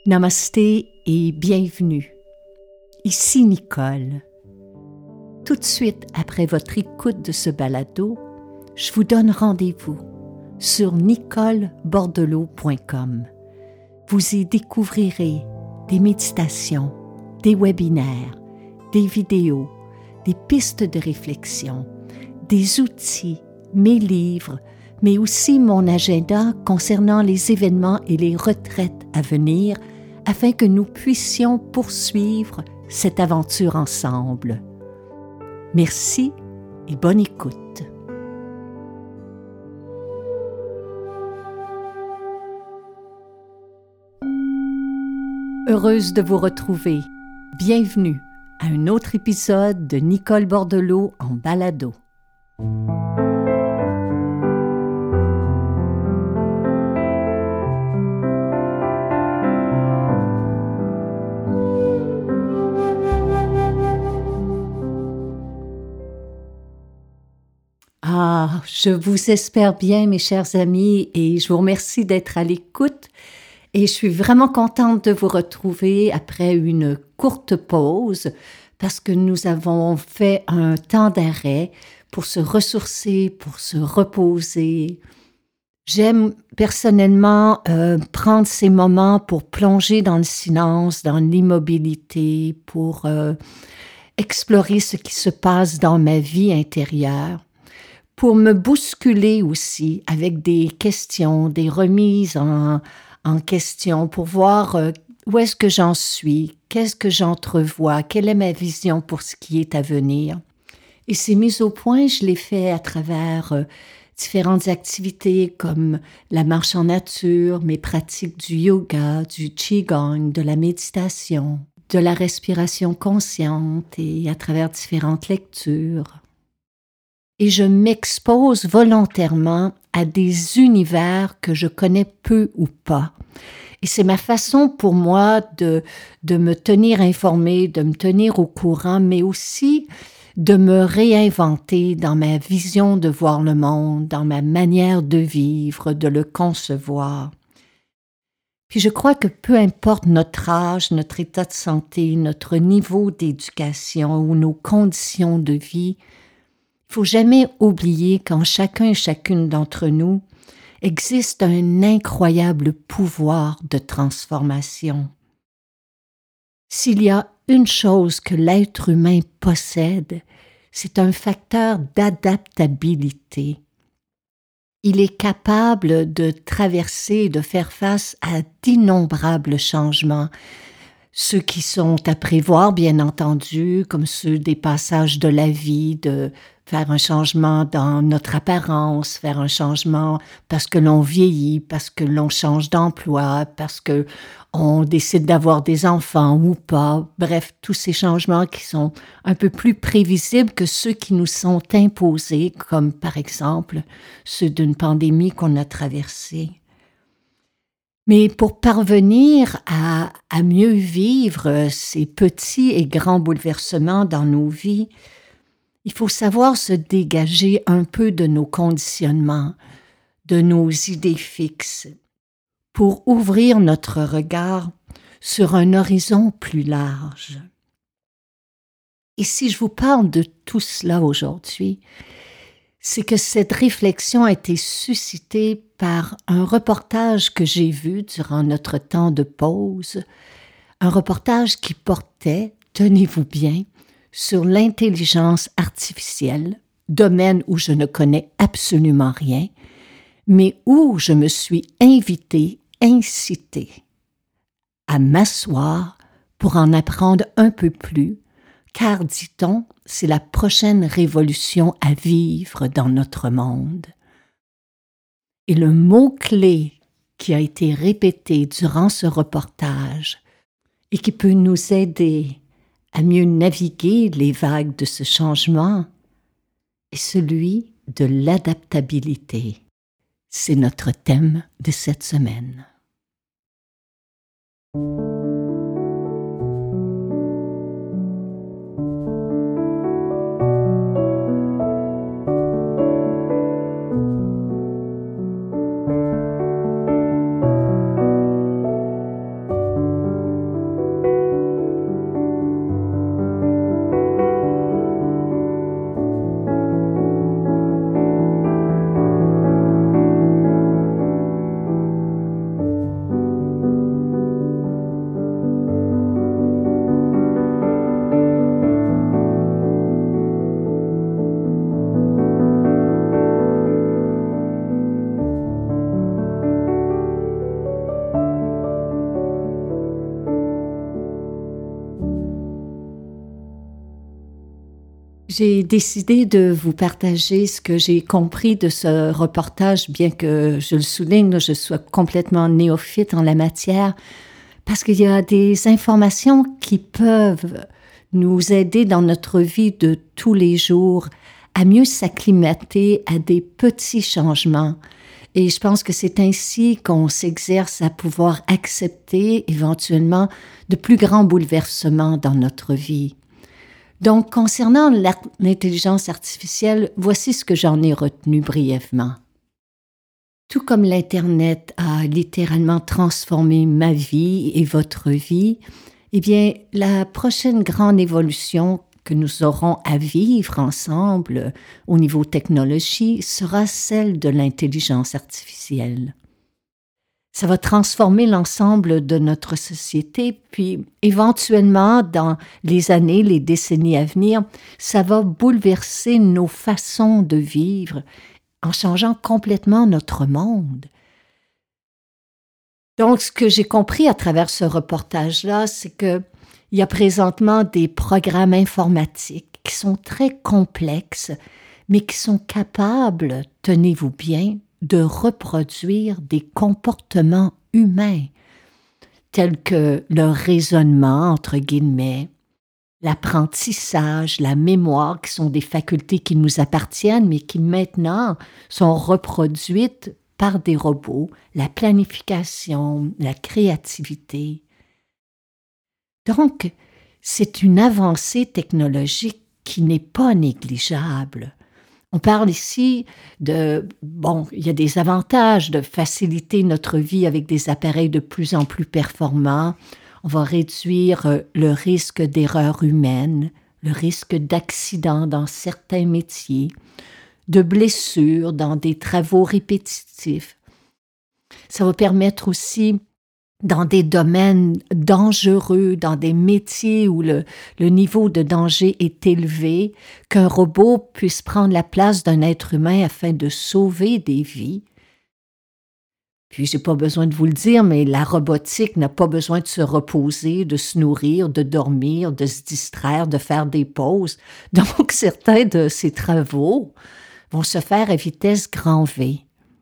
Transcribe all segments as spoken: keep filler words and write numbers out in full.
Namasté et bienvenue. Ici Nicole. Tout de suite après votre écoute de ce balado, je vous donne rendez-vous sur nicole bordelot point com. Vous y découvrirez des méditations, des webinaires, des vidéos, des pistes de réflexion, des outils, mes livres, mais aussi mon agenda concernant les événements et les retraites à venir afin que nous puissions poursuivre cette aventure ensemble. Merci et bonne écoute. Heureuse de vous retrouver. Bienvenue à un autre épisode de Nicole Bordelot en balado. Ah, je vous espère bien, mes chers amis, et je vous remercie d'être à l'écoute. Et je suis vraiment contente de vous retrouver après une courte pause parce que nous avons fait un temps d'arrêt pour se ressourcer, pour se reposer. J'aime personnellement euh, prendre ces moments pour plonger dans le silence, dans l'immobilité, pour euh, explorer ce qui se passe dans ma vie intérieure. Pour me bousculer aussi avec des questions, des remises en, en question, pour voir euh, où est-ce que j'en suis, qu'est-ce que j'entrevois, quelle est ma vision pour ce qui est à venir. Et ces mises au point, je les fais à travers euh, différentes activités comme la marche en nature, mes pratiques du yoga, du qigong, de la méditation, de la respiration consciente et à travers différentes lectures. Et je m'expose volontairement à des univers que je connais peu ou pas. Et c'est ma façon pour moi de, de me tenir informée, de me tenir au courant, mais aussi de me réinventer dans ma vision de voir le monde, dans ma manière de vivre, de le concevoir. Puis je crois que peu importe notre âge, notre état de santé, notre niveau d'éducation ou nos conditions de vie, il ne faut jamais oublier qu'en chacun et chacune d'entre nous existe un incroyable pouvoir de transformation. S'il y a une chose que l'être humain possède, c'est un facteur d'adaptabilité. Il est capable de traverser, de faire face à d'innombrables changements, ceux qui sont à prévoir, bien entendu, comme ceux des passages de la vie, de faire un changement dans notre apparence, faire un changement parce que l'on vieillit, parce que l'on change d'emploi, parce que on décide d'avoir des enfants ou pas. Bref, tous ces changements qui sont un peu plus prévisibles que ceux qui nous sont imposés, comme par exemple ceux d'une pandémie qu'on a traversée. Mais pour parvenir à, à mieux vivre ces petits et grands bouleversements dans nos vies, il faut savoir se dégager un peu de nos conditionnements, de nos idées fixes, pour ouvrir notre regard sur un horizon plus large. Et si je vous parle de tout cela aujourd'hui, c'est que cette réflexion a été suscitée par un reportage que j'ai vu durant notre temps de pause, un reportage qui portait, tenez-vous bien, sur l'intelligence artificielle, domaine où je ne connais absolument rien, mais où je me suis invitée, incitée à m'asseoir pour en apprendre un peu plus, car, dit-on, c'est la prochaine révolution à vivre dans notre monde. Et le mot-clé qui a été répété durant ce reportage et qui peut nous aider à mieux naviguer les vagues de ce changement est celui de l'adaptabilité. C'est notre thème de cette semaine. J'ai décidé de vous partager ce que j'ai compris de ce reportage, bien que, je le souligne, je sois complètement néophyte en la matière, parce qu'il y a des informations qui peuvent nous aider dans notre vie de tous les jours à mieux s'acclimater à des petits changements. Et je pense que c'est ainsi qu'on s'exerce à pouvoir accepter éventuellement de plus grands bouleversements dans notre vie. Donc, concernant l'intelligence artificielle, voici ce que j'en ai retenu brièvement. Tout comme l'Internet a littéralement transformé ma vie et votre vie, eh bien, la prochaine grande évolution que nous aurons à vivre ensemble au niveau technologie sera celle de l'intelligence artificielle. Ça va transformer l'ensemble de notre société, puis éventuellement, dans les années, les décennies à venir, ça va bouleverser nos façons de vivre en changeant complètement notre monde. Donc, ce que j'ai compris à travers ce reportage-là, c'est qu'il y a présentement des programmes informatiques qui sont très complexes, mais qui sont capables, tenez-vous bien, de reproduire des comportements humains, tels que le raisonnement, entre guillemets, l'apprentissage, la mémoire, qui sont des facultés qui nous appartiennent, mais qui maintenant sont reproduites par des robots, la planification, la créativité. Donc, c'est une avancée technologique qui n'est pas négligeable. On parle ici de, bon, il y a des avantages de faciliter notre vie avec des appareils de plus en plus performants. On va réduire le risque d'erreurs humaines, le risque d'accidents dans certains métiers, de blessures dans des travaux répétitifs. Ça va permettre aussi, dans des domaines dangereux, dans des métiers où le, le niveau de danger est élevé, qu'un robot puisse prendre la place d'un être humain afin de sauver des vies. Puis, j'ai pas besoin de vous le dire, mais la robotique n'a pas besoin de se reposer, de se nourrir, de dormir, de se distraire, de faire des pauses. Donc, certains de ces travaux vont se faire à vitesse grand V.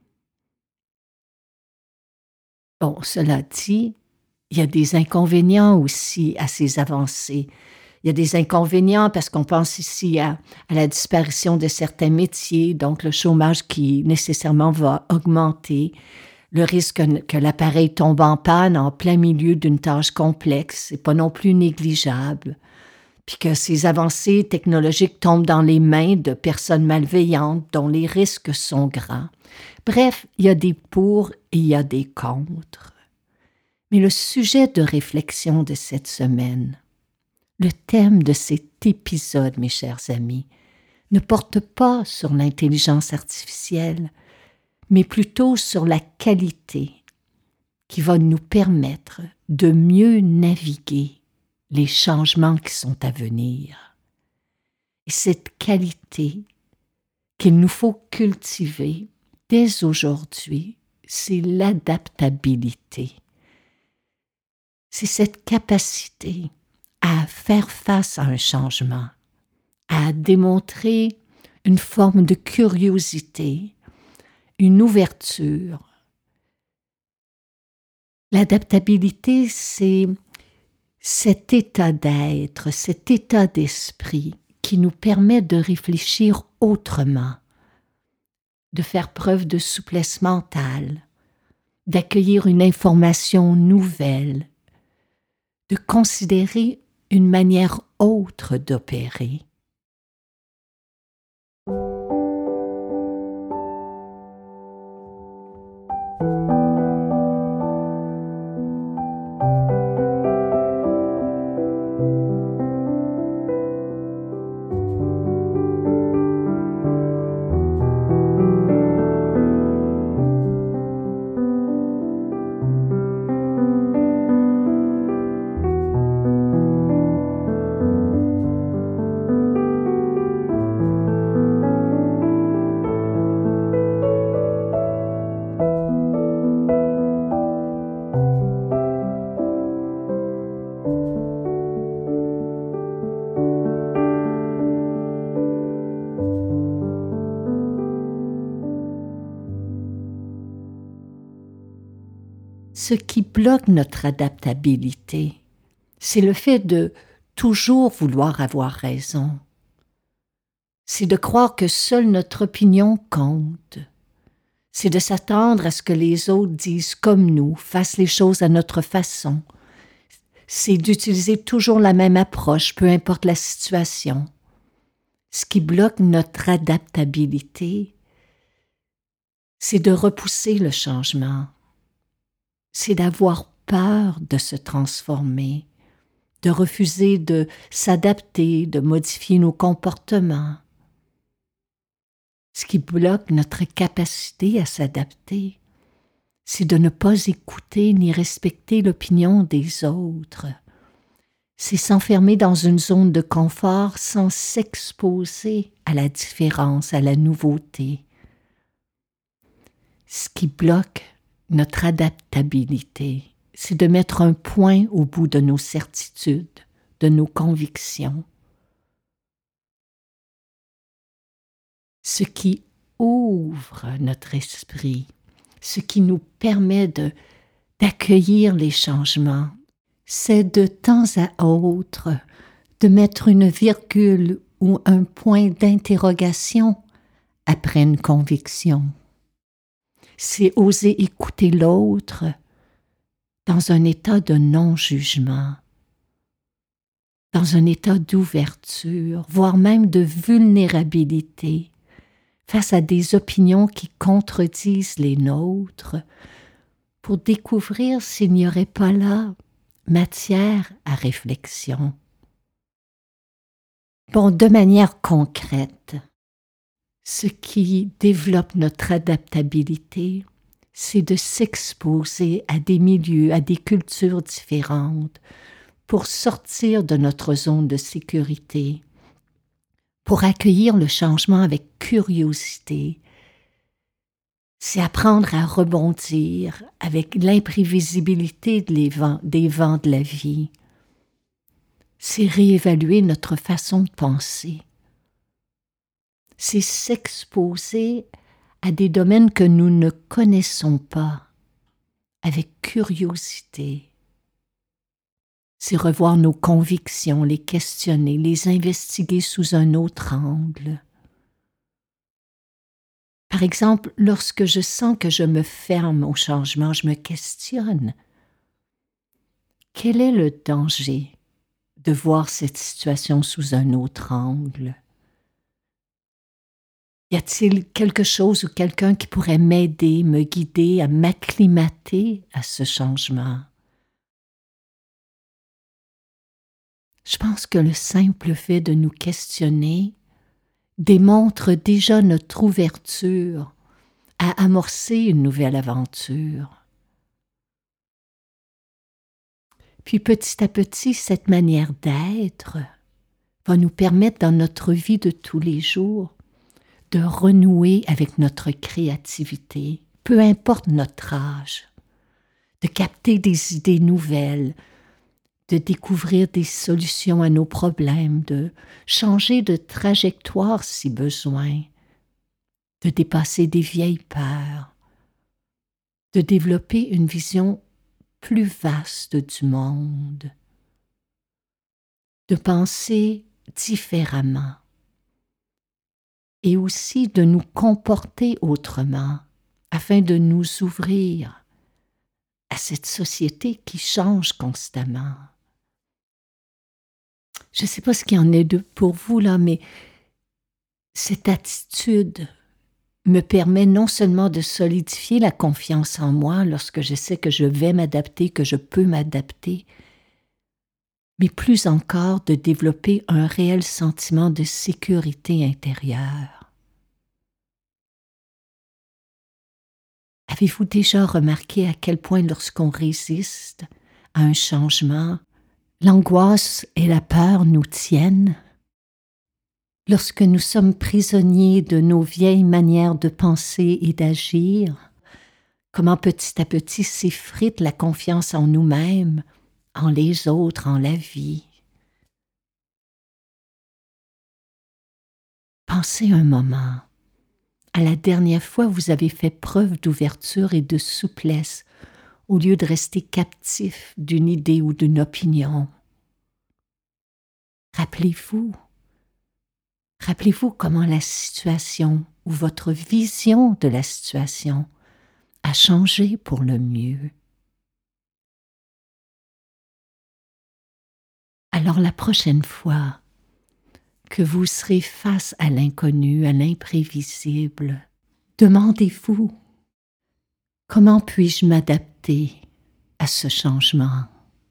Bon, cela dit, il y a des inconvénients aussi à ces avancées. Il y a des inconvénients parce qu'on pense ici à, à la disparition de certains métiers, donc le chômage qui nécessairement va augmenter, le risque que, que l'appareil tombe en panne en plein milieu d'une tâche complexe, c'est pas non plus négligeable, puis que ces avancées technologiques tombent dans les mains de personnes malveillantes dont les risques sont grands. Bref, il y a des pour et il y a des contre. Mais le sujet de réflexion de cette semaine, le thème de cet épisode, mes chers amis, ne porte pas sur l'intelligence artificielle, mais plutôt sur la qualité qui va nous permettre de mieux naviguer les changements qui sont à venir. Et cette qualité qu'il nous faut cultiver dès aujourd'hui, c'est l'adaptabilité. C'est cette capacité à faire face à un changement, à démontrer une forme de curiosité, une ouverture. L'adaptabilité, c'est cet état d'être, cet état d'esprit qui nous permet de réfléchir autrement, de faire preuve de souplesse mentale, d'accueillir une information nouvelle, de considérer une manière autre d'opérer. Ce qui bloque notre adaptabilité, c'est le fait de toujours vouloir avoir raison. C'est de croire que seule notre opinion compte. C'est de s'attendre à ce que les autres disent comme nous, fassent les choses à notre façon. C'est d'utiliser toujours la même approche, peu importe la situation. Ce qui bloque notre adaptabilité, c'est de repousser le changement. C'est d'avoir peur de se transformer, de refuser de s'adapter, de modifier nos comportements. Ce qui bloque notre capacité à s'adapter, c'est de ne pas écouter ni respecter l'opinion des autres. C'est s'enfermer dans une zone de confort sans s'exposer à la différence, à la nouveauté. Ce qui bloque notre adaptabilité, c'est de mettre un point au bout de nos certitudes, de nos convictions. Ce qui ouvre notre esprit, ce qui nous permet de, d'accueillir les changements, c'est de temps à autre de mettre une virgule ou un point d'interrogation après une conviction. C'est oser écouter l'autre dans un état de non-jugement, dans un état d'ouverture, voire même de vulnérabilité, face à des opinions qui contredisent les nôtres, pour découvrir s'il n'y aurait pas là matière à réflexion. Bon, de manière concrète, ce qui développe notre adaptabilité, c'est de s'exposer à des milieux, à des cultures différentes, pour sortir de notre zone de sécurité, pour accueillir le changement avec curiosité. C'est apprendre à rebondir avec l'imprévisibilité des vents, des vents de la vie. C'est réévaluer notre façon de penser. C'est s'exposer à des domaines que nous ne connaissons pas, avec curiosité. C'est revoir nos convictions, les questionner, les investiguer sous un autre angle. Par exemple, lorsque je sens que je me ferme au changement, je me questionne. Quel est le danger de voir cette situation sous un autre angle? Y a-t-il quelque chose ou quelqu'un qui pourrait m'aider, me guider à m'acclimater à ce changement? Je pense que le simple fait de nous questionner démontre déjà notre ouverture à amorcer une nouvelle aventure. Puis petit à petit, cette manière d'être va nous permettre dans notre vie de tous les jours de renouer avec notre créativité, peu importe notre âge, de capter des idées nouvelles, de découvrir des solutions à nos problèmes, de changer de trajectoire si besoin, de dépasser des vieilles peurs, de développer une vision plus vaste du monde, de penser différemment et aussi de nous comporter autrement afin de nous ouvrir à cette société qui change constamment. Je ne sais pas ce qu'il y en est de pour vous là, mais cette attitude me permet non seulement de solidifier la confiance en moi lorsque je sais que je vais m'adapter, que je peux m'adapter, mais plus encore de développer un réel sentiment de sécurité intérieure. Avez-vous déjà remarqué à quel point lorsqu'on résiste à un changement, l'angoisse et la peur nous tiennent? Lorsque nous sommes prisonniers de nos vieilles manières de penser et d'agir, comment petit à petit s'effrite la confiance en nous-mêmes, en les autres, en la vie. Pensez un moment à la dernière fois où vous avez fait preuve d'ouverture et de souplesse au lieu de rester captif d'une idée ou d'une opinion. Rappelez-vous, rappelez-vous comment la situation ou votre vision de la situation a changé pour le mieux. Alors la prochaine fois que vous serez face à l'inconnu, à l'imprévisible, demandez-vous: comment puis-je m'adapter à ce changement?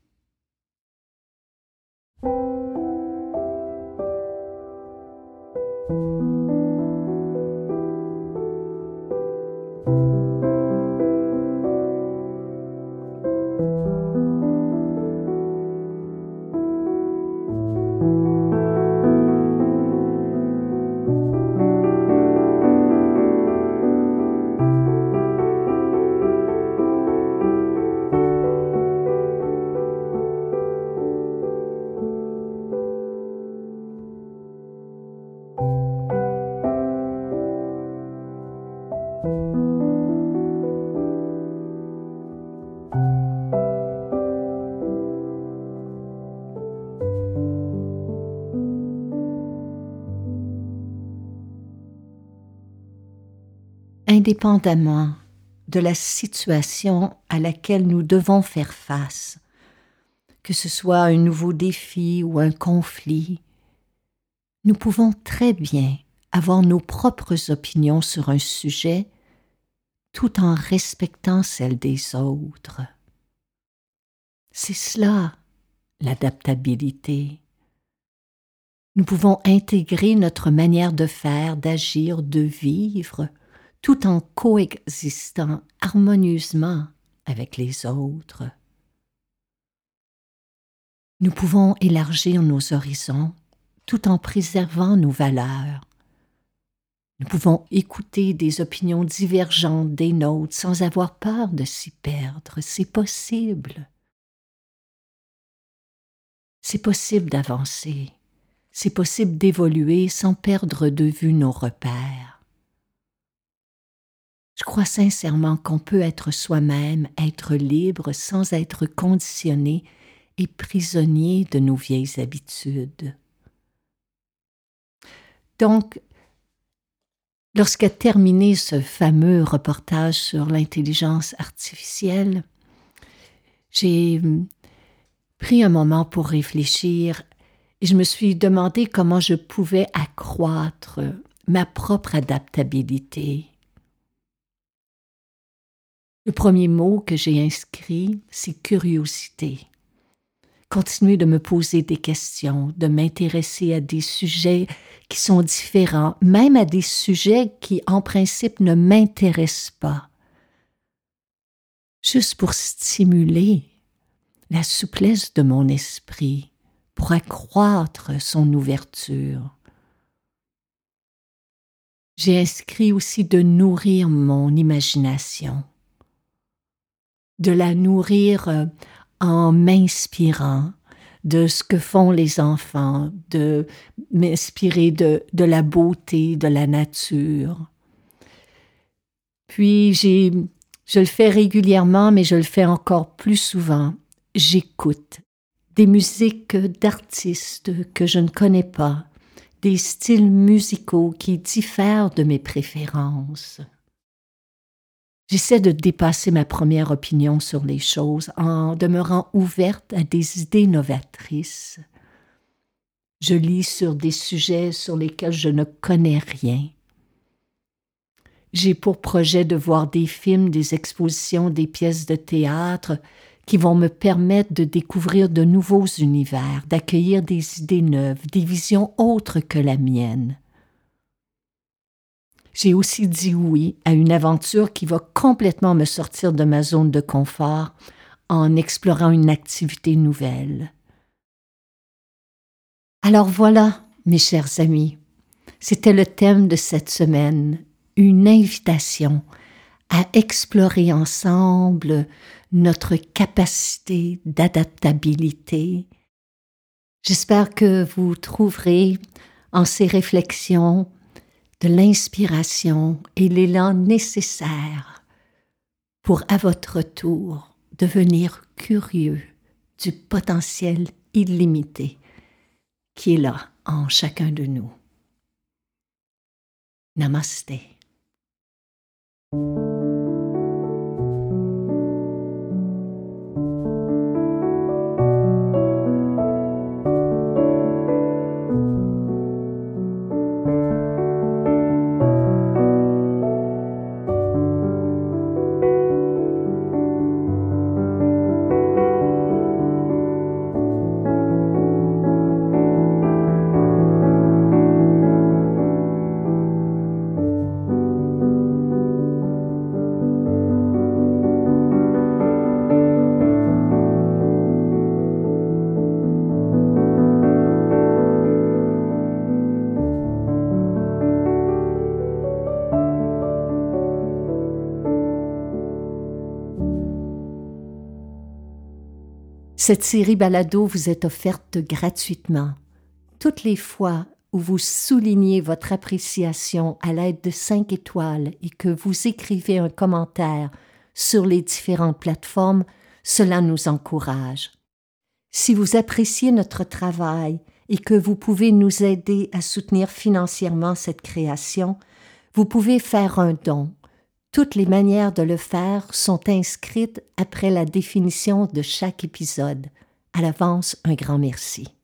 Indépendamment de la situation à laquelle nous devons faire face, que ce soit un nouveau défi ou un conflit, nous pouvons très bien avoir nos propres opinions sur un sujet tout en respectant celles des autres. C'est cela, l'adaptabilité. Nous pouvons intégrer notre manière de faire, d'agir, de vivre, tout en coexistant harmonieusement avec les autres. Nous pouvons élargir nos horizons tout en préservant nos valeurs. Nous pouvons écouter des opinions divergentes des nôtres sans avoir peur de s'y perdre. C'est possible. C'est possible d'avancer. C'est possible d'évoluer sans perdre de vue nos repères. Je crois sincèrement qu'on peut être soi-même, être libre sans être conditionné et prisonnier de nos vieilles habitudes. Donc, lorsqu'a terminé ce fameux reportage sur l'intelligence artificielle, j'ai pris un moment pour réfléchir et je me suis demandé comment je pouvais accroître ma propre adaptabilité. Le premier mot que j'ai inscrit, c'est curiosité. Continuer de me poser des questions, de m'intéresser à des sujets qui sont différents, même à des sujets qui, en principe, ne m'intéressent pas. Juste pour stimuler la souplesse de mon esprit, pour accroître son ouverture. J'ai inscrit aussi de nourrir mon imagination, de la nourrir en m'inspirant de ce que font les enfants, de m'inspirer de, de la beauté de la nature. Puis j'ai, je le fais régulièrement, mais je le fais encore plus souvent. J'écoute des musiques d'artistes que je ne connais pas, des styles musicaux qui diffèrent de mes préférences. J'essaie de dépasser ma première opinion sur les choses en demeurant ouverte à des idées novatrices. Je lis sur des sujets sur lesquels je ne connais rien. J'ai pour projet de voir des films, des expositions, des pièces de théâtre qui vont me permettre de découvrir de nouveaux univers, d'accueillir des idées neuves, des visions autres que la mienne. J'ai aussi dit oui à une aventure qui va complètement me sortir de ma zone de confort en explorant une activité nouvelle. Alors voilà, mes chers amis, c'était le thème de cette semaine, une invitation à explorer ensemble notre capacité d'adaptabilité. J'espère que vous trouverez en ces réflexions de l'inspiration et l'élan nécessaire pour, à votre tour, devenir curieux du potentiel illimité qui est là en chacun de nous. Namaste. Cette série balado vous est offerte gratuitement. Toutes les fois où vous soulignez votre appréciation à l'aide de cinq étoiles et que vous écrivez un commentaire sur les différentes plateformes, cela nous encourage. Si vous appréciez notre travail et que vous pouvez nous aider à soutenir financièrement cette création, vous pouvez faire un don. Toutes les manières de le faire sont inscrites après la définition de chaque épisode. À l'avance, un grand merci.